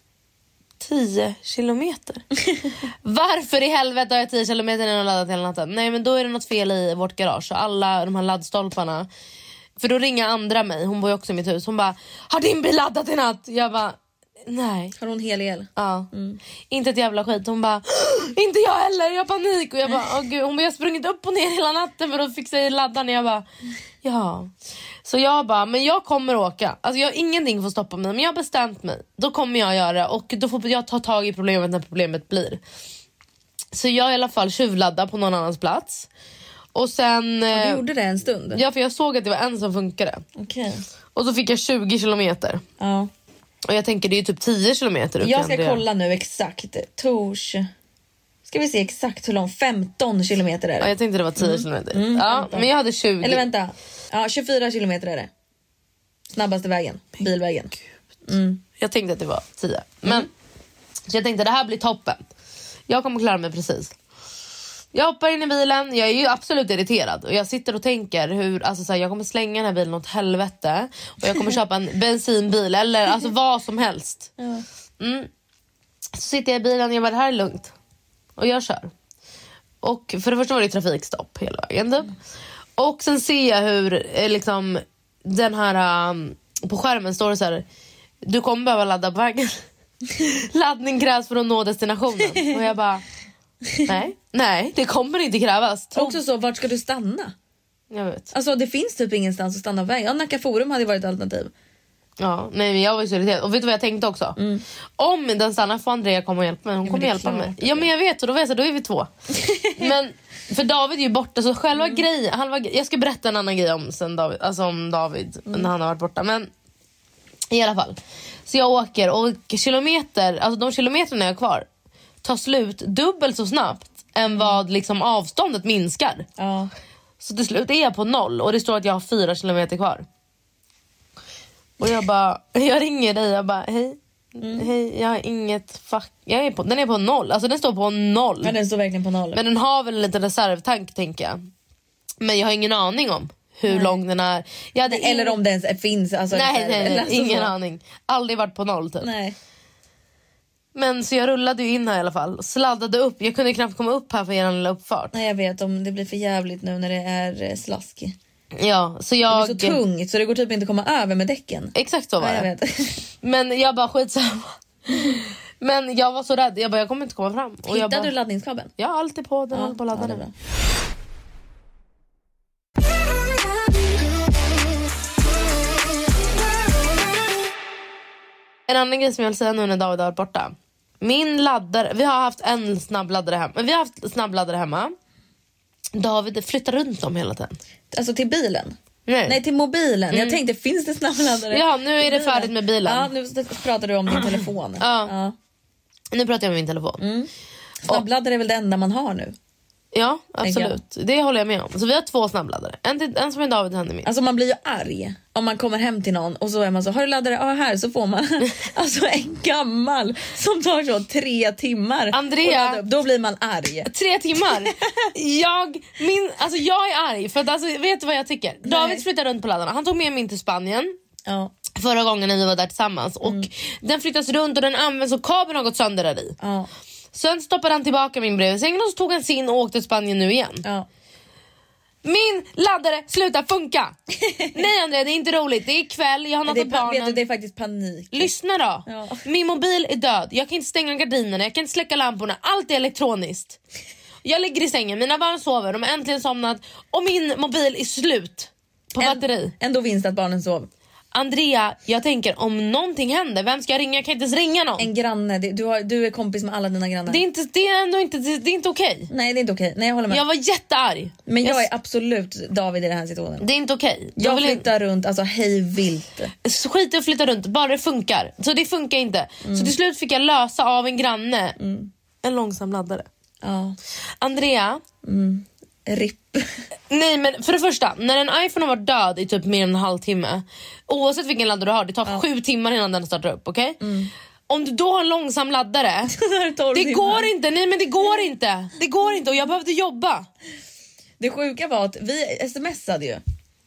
tio kilometer. Varför i helvete har jag tio kilometer innan jag laddat hela natten? Nej, men då är det något fel i vårt garage. Och alla de här laddstolparna. För då ringer andra mig. Hon bor ju också i mitt hus. Hon bara, har din bil laddat i natt? Jag bara, nej. Har hon hel el? Ja. Mm. Inte ett jävla skit. Hon bara, inte jag heller, jag har panik. Och jag bara, åh gud. Hon bara, jag har sprungit upp och ner hela natten för att fixa i laddan. Och jag bara, ja. Så jag bara, men jag kommer åka. Alltså jag, ingenting får stoppa mig. Men jag har bestämt mig. Då kommer jag göra. Och då får jag ta tag i problemet när problemet blir. Så jag i alla fall tjuvladda på någon annans plats. Och sen... Ja, du gjorde det en stund? Ja, för jag såg att det var en som funkade. Okej. Okay. Och så fick jag tjugo kilometer. Ja. Och jag tänker det är ju typ tio kilometer upp. Jag ska kolla nu exakt. Tors... Ska vi se exakt hur lång? femton kilometer är det. Ja, jag tänkte det var tio mm. kilometer. Mm, ja, men jag hade tjugo. Eller vänta. Ja, tjugofyra kilometer är det. Snabbaste vägen. Bilvägen. Mm. Jag tänkte att det var tio. Men mm. så jag tänkte det här blir toppen. Jag kommer klara mig precis. Jag hoppar in i bilen. Jag är ju absolut irriterad. Och jag sitter och tänker hur, alltså så här, jag kommer slänga den här bilen åt helvete. Och jag kommer köpa en bensinbil. Eller alltså vad som helst. Ja. Mm. Så sitter jag i bilen och jag bara, det här är lugnt. Och jag kör. Och för det första var det trafikstopp hela vägen typ. Mm. Och sen ser jag hur eh, liksom den här um, på skärmen står det så här: du kommer behöva ladda på vägen. Laddning krävs för att nå destinationen. Och jag bara, nej, nej, det kommer inte krävas. Tro. Också så, vart ska du stanna? Jag vet. Alltså det finns typ ingenstans att stanna på vägen. Ja, Nacka Forum hade varit ett alternativ. Ja, nej, men jag var ju så irriterad. Och vet du vad jag tänkte också? Mm. Om den stannar får Andrea komma och hjälpa mig. Hon ja, kommer hjälpa mig. Ja, men jag vet, och då vet jag, då är vi två. Men för David är ju borta, så själva mm. grej, halva, jag ska berätta en annan grej om sen David, alltså om David mm. när han har varit borta. Men i alla fall. Så jag åker och kilometer, alltså de kilometerna jag har kvar tar slut dubbelt så snabbt än vad liksom avståndet minskar. Ja. Så till slut är jag på noll och det står att jag har fyra kilometer kvar. Och jag bara, jag ringer dig, jag bara, hej, mm. hej, jag har inget fuck, jag är på, den är på noll, alltså den står på noll. Ja, den står verkligen på noll. Men den har väl en liten reservtank, tänker jag. Men jag har ingen aning om hur nej. lång den är. Jag hade nej, in... Eller om den ens finns. Alltså nej, nej, nej, nej alltså ingen så. aning. Aldrig varit på noll typ. Nej. Men så jag rullade ju in här i alla fall. Sladdade upp, jag kunde knappt komma upp här för er lilla uppfart. Nej, jag vet, om det blir för jävligt nu när det är slask. Ja, så jag... Det blir så tungt så det går typ inte att komma över med däcken. Exakt så var ja, det. Jag vet. Men jag bara skitsamma. Men jag var så rädd, jag bara, jag kommer inte komma fram. Hittade jag bara, du laddningskabeln? Ja, alltid på den, ja, på laddaren. Ja, en annan grej som jag vill säga nu när David har varit borta. Min laddare, vi har haft en snabbladdare hemma. Vi har haft snabbladdare hemma. David flyttar runt om hela tiden. Alltså till bilen? Nej, Nej till mobilen. Mm. Jag tänkte, finns det snabbladdare? Ja, nu är det färdigt med bilen. Ja, nu pratar du om din telefon. Ja, ja. Nu pratar jag om min telefon. Mm. Snabbladdare är väl det enda man har nu? Ja, absolut. Det håller jag med om. Så vi har två snabbladdare. En, till, en som är David och en är min. Alltså man blir ju arg om man kommer hem till någon och så är man så, har du laddare? Ja, här, så får man alltså en gammal som tar så tre timmar. Andrea, då blir man arg. Tre timmar? jag, min, alltså jag är arg för att, alltså, vet du vad jag tycker? Nej. David flyttar runt på laddarna. Han tog med min till Spanien. Ja. Förra gången när vi var där tillsammans. Och mm. den flyttas runt och den används och kabeln har gått sönder där i. Ja. Sen stoppade han tillbaka min bredvid sängen och så tog han sin och åkte till Spanien nu igen. Ja. Min laddare slutar funka. Nej Andrea, det är inte roligt. Det är kväll, jag har något av barnen. Vet du, det är faktiskt panik. Lyssna då. Ja. Min mobil är död. Jag kan inte stänga gardinerna, jag kan inte släcka lamporna. Allt är elektroniskt. Jag ligger i sängen, mina barn sover, de har äntligen somnat. Och min mobil är slut på en, batteri. Ändå vinst att barnen sov. Andrea, jag tänker om någonting händer, vem ska jag ringa? Jag kan inte ens ringa någon. En granne, du, har, du är kompis med alla dina grannar. Det är, inte, det är ändå inte, det, det är inte okej. Okay. Nej, det är inte okej. Okay. Nej, jag håller med. Jag var jättearg. Men jag, jag är absolut David i den här situationen. Det är inte okej. Okay. Jag, jag flyttar inte... runt, alltså hej vilt. Skit i att flytta runt, bara det funkar. Så det funkar inte. Mm. Så till slut fick jag lösa av en granne mm. en långsam laddare. Ja. Andrea. Mm. Ripp. Nej, men för det första, när en iPhone har varit död i typ mer än en halvtimme, oavsett vilken laddare du har, det tar ja. sju timmar innan den startar upp, okej? Okay? Mm. Om du då har en långsam laddare, det timmar. går inte, nej men det går inte. Det går inte och jag behövde jobba. Det sjuka var att vi smsade ju.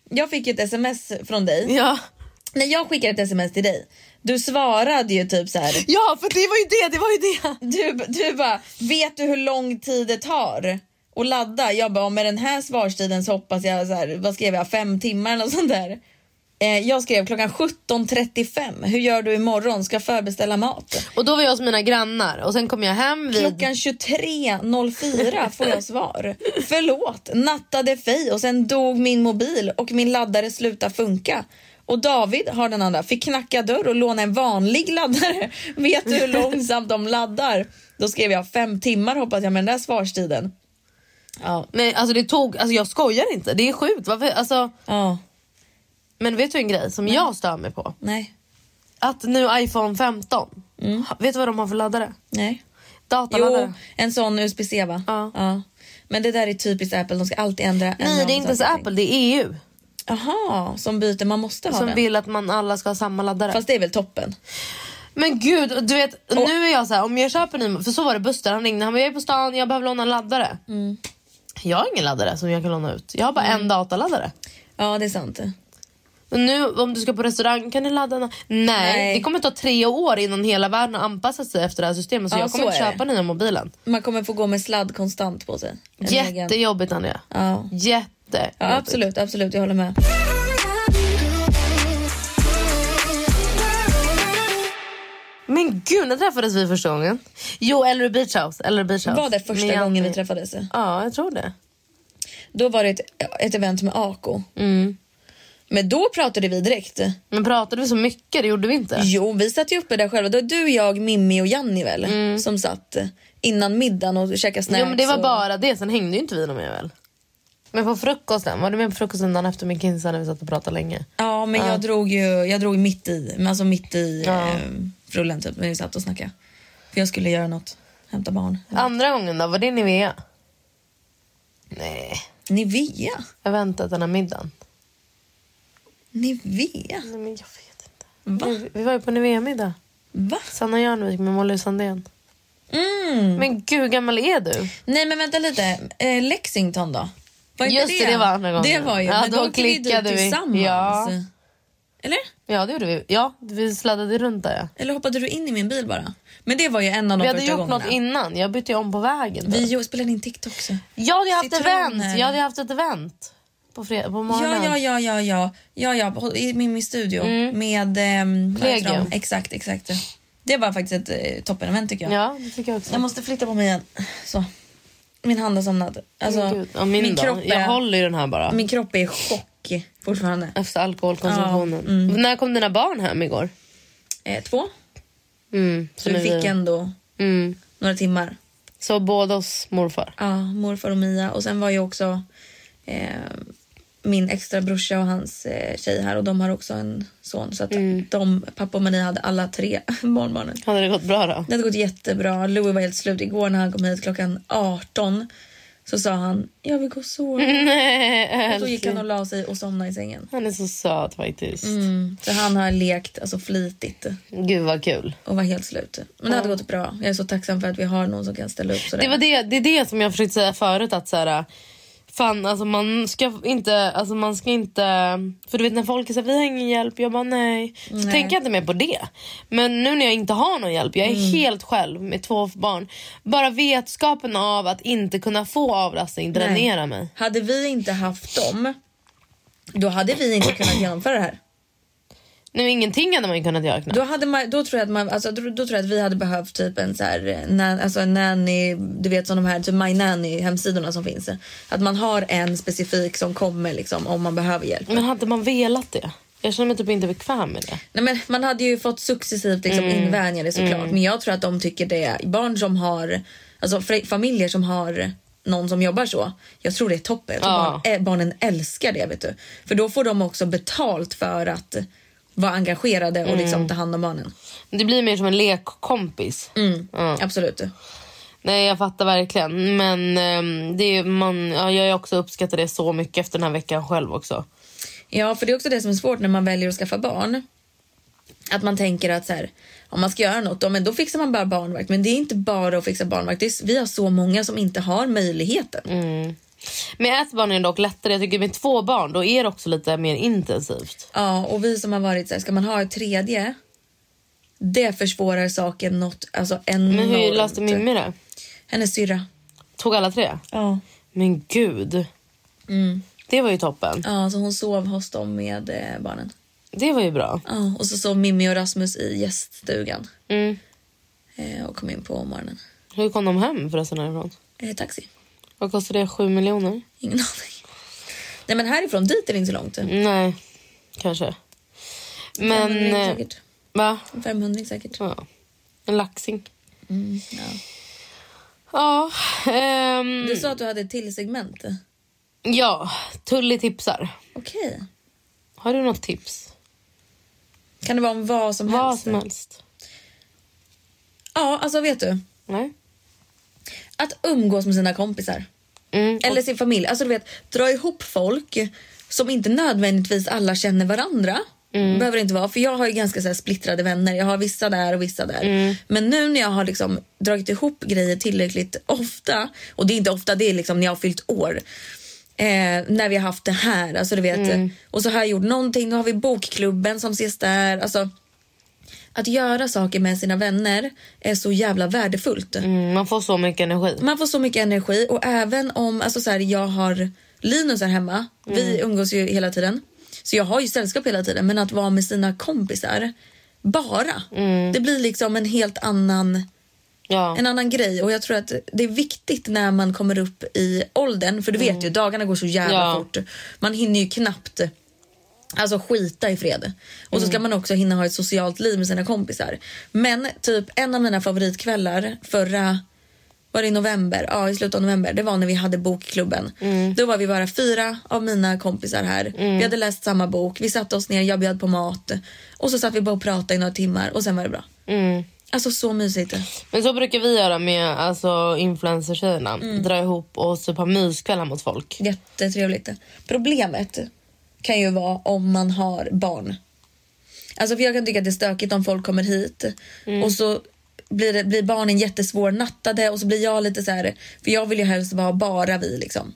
Jag fick ett sms från dig. Ja. När jag skickade ett sms till dig, du svarade ju typ så här. Ja, för det var ju det, det var ju det. Du, du bara, vet du hur lång tid det tar att ladda? Jag bara, med den här svarstiden så hoppas jag så här, vad skrev jag, fem timmar eller sånt där. Eh, jag skrev klockan sjutton trettiofem. Hur gör du imorgon? Ska förbeställa mat. Och då var jag hos mina grannar och sen kom jag hem vid... Klockan tjugotre noll fyra får jag svar. Förlåt, nattade fej och sen dog min mobil och min laddare slutade funka. Och David har den andra, fick knacka dörr och låna en vanlig laddare. Vet du hur långsamt de laddar? Då skrev jag fem timmar hoppas jag med den där svarstiden. Ja. Nej, alltså det tog, alltså jag skojar inte. Det är sjukt. Varför, alltså... Ja. Men vet du en grej som Nej. jag stör mig på? Nej. Att nu iPhone femton. Mm. Vet du vad de har för laddare? Nej. Dataladdare. Jo, en sån U S B-C va? Ja. ja. Men det där är typiskt Apple, de ska alltid ändra. Nej, det är inte så Apple, det är E U. Aha, som byter, man måste ha som den. Som vill att man alla ska ha samma laddare. Fast det är väl toppen. Men gud, du vet, och, nu är jag så här, om jag köper en ny, för så var det Buster, han ringde, han var jag är på stan, jag behöver låna en laddare. Mm. Jag har ingen laddare som jag kan låna ut. Jag har bara mm. en dataladdare. Ja, det är sant. Och nu om du ska på restaurang kan du ladda en... Nej, Nej, det kommer ta tre år innan hela världen har anpassat sig efter det här systemet. Så ja, jag kommer så inte köpa nya mobilen. Man kommer få gå med sladd konstant på sig. En Jättejobbigt, Anja. Ja. Jätte. Ja, absolut, absolut, jag håller med. Men gud, när träffades vi första gången? Jo, eller Beach House, eller Beach House. Var det första Men, gången vi träffades? Ja, jag tror det. Då var det ett, ett event med A K. Mm. Men då pratade vi direkt. Men pratade vi så mycket? Det gjorde vi inte. Jo, vi satt ju uppe där själva. Då var du, jag, Mimmi och Janni väl mm. som satt innan middagen och käkade snacks. Jo, men det var och... bara det. Sen hängde ju inte vi någon mer väl. Men på frukosten, var du med på frukosten dagen efter min kinsa när vi satt och pratade länge? Ja, men ja. jag drog ju jag drog mitt i, men alltså mitt i ja. eh, frullen typ, när vi satt och snackade. För jag skulle göra något, hämta barn. Ja. Andra gången då, var det Nivea? Nej. Nivea? Eventet den här middagen. Nivea? Nej, men jag vet inte. Va? Vi, vi var ju på Nivea-middag. Va? Sanna Jörnvik med Molly Sandén. Mm. Men gud, hur gammal är du? Nej, men vänta lite. Eh, Lexington då? Var Just det, det var andra gången. Det var ju, ja, men då, då klickade vi tillsammans. Ja. Eller? Ja, det gjorde vi. Ja, vi sladdade runt där. Ja. Eller hoppade du in i min bil bara? Men det var ju en av de vi första gångerna. Vi hade gjort något innan. Jag bytte om på vägen. Vi ju, spelade in TikTok också. Ja, jag hade haft event. Jag hade haft ett event. På, fred- på morgonen. Ja, ja, ja, ja, ja, ja, ja, i min, min studio mm. med ehm, Legium. Exakt, exakt. Det var faktiskt ett eh, toppen-event tycker jag. Ja, det tycker jag också. Jag måste flytta på mig igen. Så. Min hand har somnat. Alltså, mm, ja, min min kropp är, jag håller ju den här bara. Min kropp är i chock fortfarande. Efter alkoholkonsumtionen. Ja, mm. När kom dina barn hem igår? Eh, två. Mm, så vi fick vi... ändå mm. några timmar. Så båda hos morfar? Ja, morfar och Mia. Och sen var ju också eh, min extra brorsa och hans eh, tjej här. Och de har också en son. Så att mm. de, pappa och Maria hade alla tre barnbarnen. Hade det gått bra då? Det hade gått jättebra. Louis var helt slut igår när han kom hit klockan arton. Så sa han, jag vill gå och sova. Nej, och då gick han och la sig och somnade i sängen. Han är så söt faktiskt. Mm. Så han har lekt alltså, flitigt. Gud vad kul. Och var helt slut. Men det hade gått bra. Jag är så tacksam för att vi har någon som kan ställa upp sådär. Det var det, det är det som jag försökte säga förut. Att så här, fan, alltså man ska inte, alltså man ska inte, för du vet när folk säger vi har ingen hjälp, jag bara nej. Så nej. tänker jag inte mer på det. Men nu när jag inte har någon hjälp, jag är mm. helt själv med två barn. Bara vetskapen av att inte kunna få avlastning dränerar mig. Hade vi inte haft dem, då hade vi inte kunnat genomföra det här. Nej, ingenting hade man ju kunnat göra. Då, hade man, då, tror jag att man, alltså, då, då tror jag att vi hade behövt typ en så här, nan, alltså en nanny, du vet som de här typ My Nanny hemsidorna som finns. Att man har en specifik som kommer liksom, om man behöver hjälp. Men hade man velat det? Jag känner mig typ inte bekväm med det. Nej, men man hade ju fått successivt liksom, mm. invänja det såklart. Mm. Men jag tror att de tycker det. Barn som har, alltså familjer som har någon som jobbar så, jag tror det är toppen. Ja. Barn, barnen älskar det, vet du. För då får de också betalt för att vara engagerade och liksom mm. ta hand om barnen. Det blir mer som en lekkompis. Mm. Mm. Absolut. Nej, jag fattar verkligen. Men um, det är, man, ja, jag också uppskattar det så mycket efter den här veckan själv också. Ja, för det är också det som är svårt när man väljer att skaffa barn. Att man tänker att så här, om man ska göra något, då, men då fixar man bara barnvakt. Men det är inte bara att fixa barnvakt. Det är, vi har så många som inte har möjligheten. Mm. Med ett barn är det dock lättare. Jag tycker med två barn då är det också lite mer intensivt. Ja, och vi som har varit så här, ska man ha ett tredje, det försvårar saken något, alltså enormt. Men hur löste Mimmi det? Hennes syrra. Tog alla tre? Ja. Men gud. Mm. Det var ju toppen. Ja, så hon sov hos dem med eh, barnen. Det var ju bra. Ja, och så sov Mimmi och Rasmus i gäststugan. Mm. Eh, och kom in på morgonen. Hur kom de hem förresten härifrån? Eh, taxi. Vad kostar det? Sju miljoner? Ingen aning. Nej, men härifrån dit är det inte så långt. Nej, kanske. Men... femhundra säkert. Va? femhundra säkert. Ja. En laxing. Mm, ja. Ja. Ehm... Du sa att du hade ett till segment. Ja, Tully tipsar. Okej. Okay. Har du något tips? Kan det vara om vad som vad helst? Vad som helst. Ja, alltså vet du. Nej. Att umgås med sina kompisar. Mm, eller sin familj. Alltså du vet, dra ihop folk som inte nödvändigtvis alla känner varandra. Mm. Behöver det inte vara. För jag har ju ganska så här splittrade vänner. Jag har vissa där och vissa där. Mm. Men nu när jag har liksom dragit ihop grejer tillräckligt ofta. Och det är inte ofta, det är liksom när jag har fyllt år. Eh, när vi har haft det här. Alltså du vet. Mm. Och så har jag gjort någonting. Nu har vi bokklubben som ses där. Alltså... Att göra saker med sina vänner är så jävla värdefullt. Mm, man får så mycket energi. Man får så mycket energi. Och även om, alltså så här, jag har Linus här hemma. Mm. Vi umgås ju hela tiden. Så jag har ju sällskap hela tiden. Men att vara med sina kompisar bara. Mm. Det blir liksom en helt annan, ja. en annan grej. Och jag tror att det är viktigt när man kommer upp i åldern. För du vet mm. ju, dagarna går så jävla ja. fort. Man hinner ju knappt... Alltså skita i fred. Och så ska man också hinna ha ett socialt liv med sina kompisar. Men typ en av mina favoritkvällar förra, var det i november? Ja, i slutet av november. Det var när vi hade bokklubben. Mm. Då var vi bara fyra av mina kompisar här. Mm. Vi hade läst samma bok. Vi satte oss ner, jag bjöd på mat. Och så satt vi bara och pratade i några timmar. Och sen var det bra. Mm. Alltså så mysigt. Men så brukar vi göra med alltså, influencer-tjejerna. Mm. Dra ihop och supa myskvällar mot folk. Jättetrevligt. Problemet kan ju vara om man har barn. Alltså för jag kan tycka att det är stökigt om folk kommer hit. Mm. Och så blir, det, blir barnen jättesvår nattade. Och så blir jag lite så här. För jag vill ju helst vara bara vi liksom.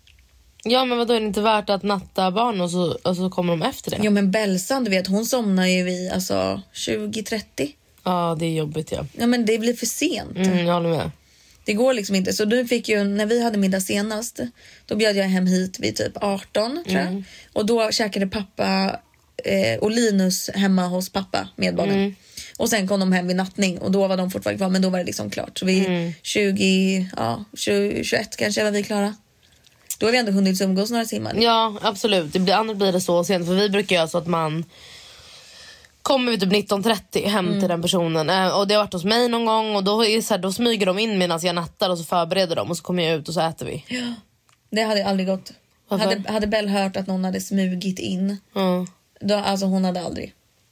Ja, men vadå, är det inte värt att natta barn och så, och så kommer de efter det? Jo, men Belsan, du vet, hon somnar ju vid alltså tjugo trettio. Ja, det är jobbigt, ja. Ja, men det blir för sent. Mm, jag håller med. Det går liksom inte. Så du fick ju, när vi hade middag senast, då bjöd jag hem hit vid typ arton, tror jag. Mm. Och då käkade pappa eh, och Linus hemma hos pappa med barnen. Mm. Och sen kom de hem vid nattning och då var de fortfarande kvar, men då var det liksom klart. Så vi mm. tjugo, ja, tjugo, tjugoett kanske var vi klara. Då har vi ändå hunnit umgås några timmar. Ja, absolut. Det blir, annars blir det så sent. För vi brukar göra så att man kommer vi typ nitton trettio hem mm. till den personen. Eh, och det har varit hos mig någon gång. Och då, är så här, då smyger de in medan jag nattar och så förbereder de. Och så kommer jag ut och så äter vi. Ja, det hade aldrig gått. Hade, hade Bell hört att någon hade smugit in. Mm. Då, alltså hon hade aldrig.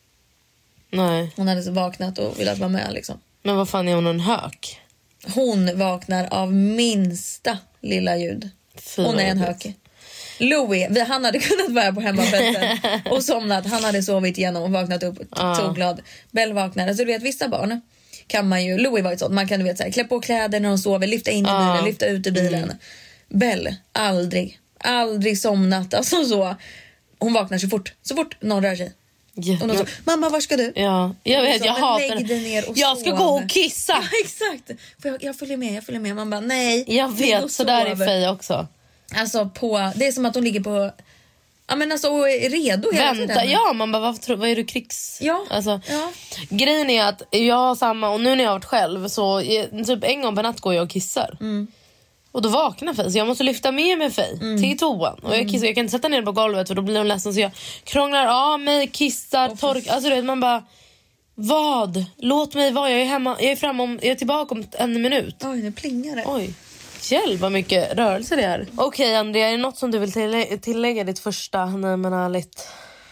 Nej. Hon hade så vaknat och velat vara med liksom. Men vad fan, är hon en hök? Hon vaknar av minsta lilla ljud. Hon är en hök. Louis, vi, han hade kunnat vara på hemmafesten och somnat. Han hade sovit igenom och vaknat upp uh. tåglad. Bell vaknar. Alltså du vet, vissa barn kan man ju, Louis var ett sånt, man kan du vet så här, klä på kläder när de sover, lyfta in i uh. bilen, lyfta ut i bilen. Mm. Bell, aldrig, aldrig somnat. Alltså så, hon vaknar så fort, så fort någon rör sig. Yeah. Och så, mamma, var ska du? Ja, jag vet, så, jag hatar lägg dig ner och jag ska sov. gå och kissa. Ja, exakt. För jag, jag följer med, jag följer med. Man bara, nej. Jag vet, så där är Fej också. Alltså på, det är som att hon ligger på, ja men alltså är redo hela Vänta, tiden. ja, man bara, vad, vad är du krigs? Ja, alltså, ja. Grejen är att jag har samma, och nu när jag har varit själv så typ en gång per natt går jag och kissar. Mm. Och då vaknar Fej, så jag måste lyfta med mig Fej mm. till toan. Och jag kissar, jag kan inte sätta ner på golvet för då blir hon ledsen, så jag krånglar av mig, kissar, oh, torkar. Alltså du vet, man bara, vad? Låt mig vara, jag är hemma, jag är fram om, jag är tillbaka om en minut. Oj, nu plingar det. Oj, hjälp vad mycket rörelse det är. Okej, okay, Andrea, är det något som du vill tillä- tillägga ditt första? Nej, men ärligt.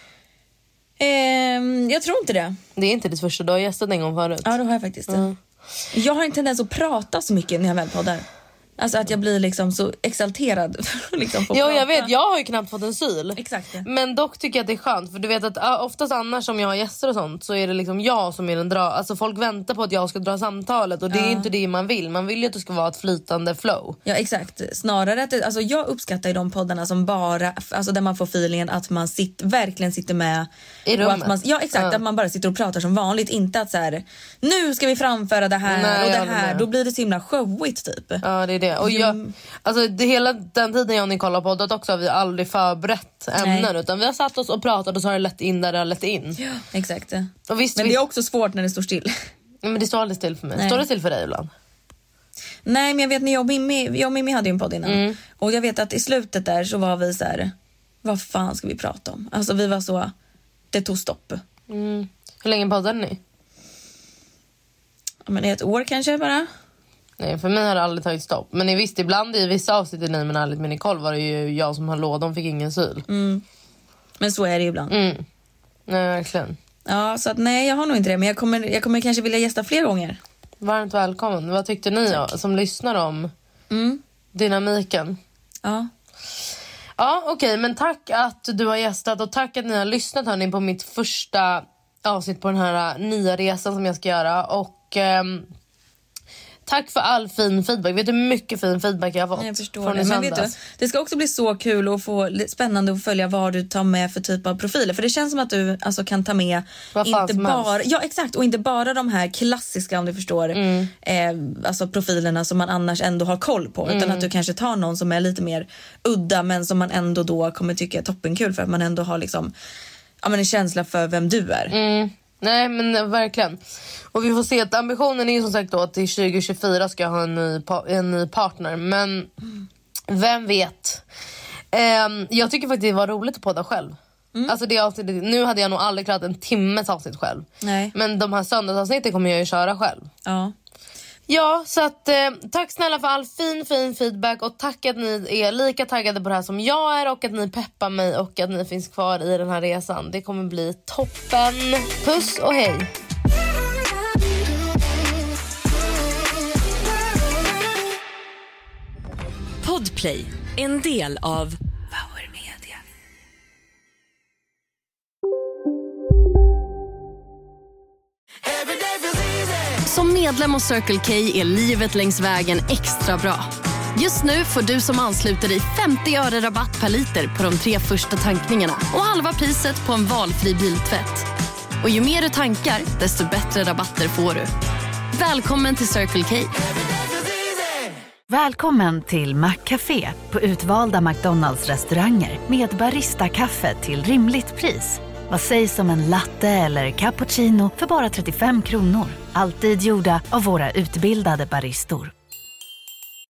Ehm, jag tror inte det. Det är inte ditt första, du har gästat en gång förut. Ja, det har jag faktiskt. Mm. Jag har en tendens att prata så mycket när jag väl poddar. Alltså att jag blir liksom så exalterad. liksom Jo, jag vet, jag har ju knappt fått en syl. Exakt. Men dock tycker jag att det är skönt. För du vet att uh, oftast annars som jag har gäster och sånt, så är det liksom jag som är den dra. Alltså folk väntar på att jag ska dra samtalet. Och det är ja. inte det man vill. Man vill ju att det ska vara ett flytande flow. Ja, exakt. Snarare att det, alltså jag uppskattar ju de poddarna som bara, alltså där man får feelingen att man sitt, verkligen sitter med i rummet. Att man, ja, exakt. Ja. Att man bara sitter och pratar som vanligt. Inte att så här, nu ska vi framföra det här. Nej, och det här. Då blir det så himla showigt typ. Ja, det är det. Och jag, alltså det, hela den tiden jag och Nicole har poddat också har vi aldrig förberett ämnen. Utan vi har satt oss och pratat och så har det lett in där det har lett in. Ja, exakt. Och visst, men det är också svårt när det står still. Ja, men det står aldrig still för mig. Nej. Står det still för dig ibland? Nej, men jag vet när jag och Mimmi, jag och Mimmi hade ju en podd innan. Mm. Och jag vet att i slutet där så var vi så här, vad fan ska vi prata om? Alltså vi var så, det tog stopp. Mm. Hur länge poddade ni? Ja, men ett år kanske bara. Nej, för mig har det aldrig tagit stopp. Men ni visste, ibland i vissa avsnitt i Nej men ärligt med Nicole var det ju jag som höll låda, de fick ingen syl. Mm. Men så är det ju ibland. Mm. Nej, verkligen. Ja, så att nej, jag har nog inte det. Men jag kommer, jag kommer kanske vilja gästa fler gånger. Varmt välkommen. Vad tyckte ni ja, som lyssnar om mm. dynamiken? Ja. Ja, okej. Okay, men tack att du har gästat och tack att ni har lyssnat hörni, på mitt första avsnitt på den här nya resan som jag ska göra. Och ehm, tack för all fin feedback. Vet du hur mycket fin feedback jag har fått? Jag förstår det. Men vet du, det ska också bli så kul och få spännande att följa vad du tar med för typ av profiler. För det känns som att du alltså kan ta med inte bara, ja exakt, och inte bara de här klassiska, om du förstår, mm. eh, alltså profilerna som man annars ändå har koll på. Mm. Utan att du kanske tar någon som är lite mer udda men som man ändå då kommer tycka är toppenkul för att man ändå har liksom, ja, men en känsla för vem du är. Mm. Nej, men verkligen. Och vi får se att ambitionen är ju som sagt då att till tjugo tjugofyra ska jag ha en ny, en ny partner. Men mm. vem vet? Um, jag tycker faktiskt det var roligt att podda själv. Mm. Alltså det avsnittet, nu hade jag nog aldrig klarat en timmes avsnitt själv. Nej. Men de här söndagsavsnitten kommer jag ju köra själv. Ja. Ja, så att eh, tack snälla för all fin, fin feedback. Och tack att ni är lika taggade på det här som jag är. Och att ni peppar mig och att ni finns kvar i den här resan. Det kommer bli toppen. Puss och hej. Podplay, en del av Power Media. Som medlem hos Circle K är livet längs vägen extra bra. Just nu får du som ansluter dig femtio öre rabatt per liter på de tre första tankningarna och halva priset på en valfri biltvätt. Och ju mer du tankar, desto bättre rabatter får du. Välkommen till Circle K. Välkommen till Maccafé på utvalda McDonalds restauranger med barista-kaffe till rimligt pris. Vad sägs om en latte eller cappuccino för bara trettiofem kronor? Alltid gjorda av våra utbildade baristor.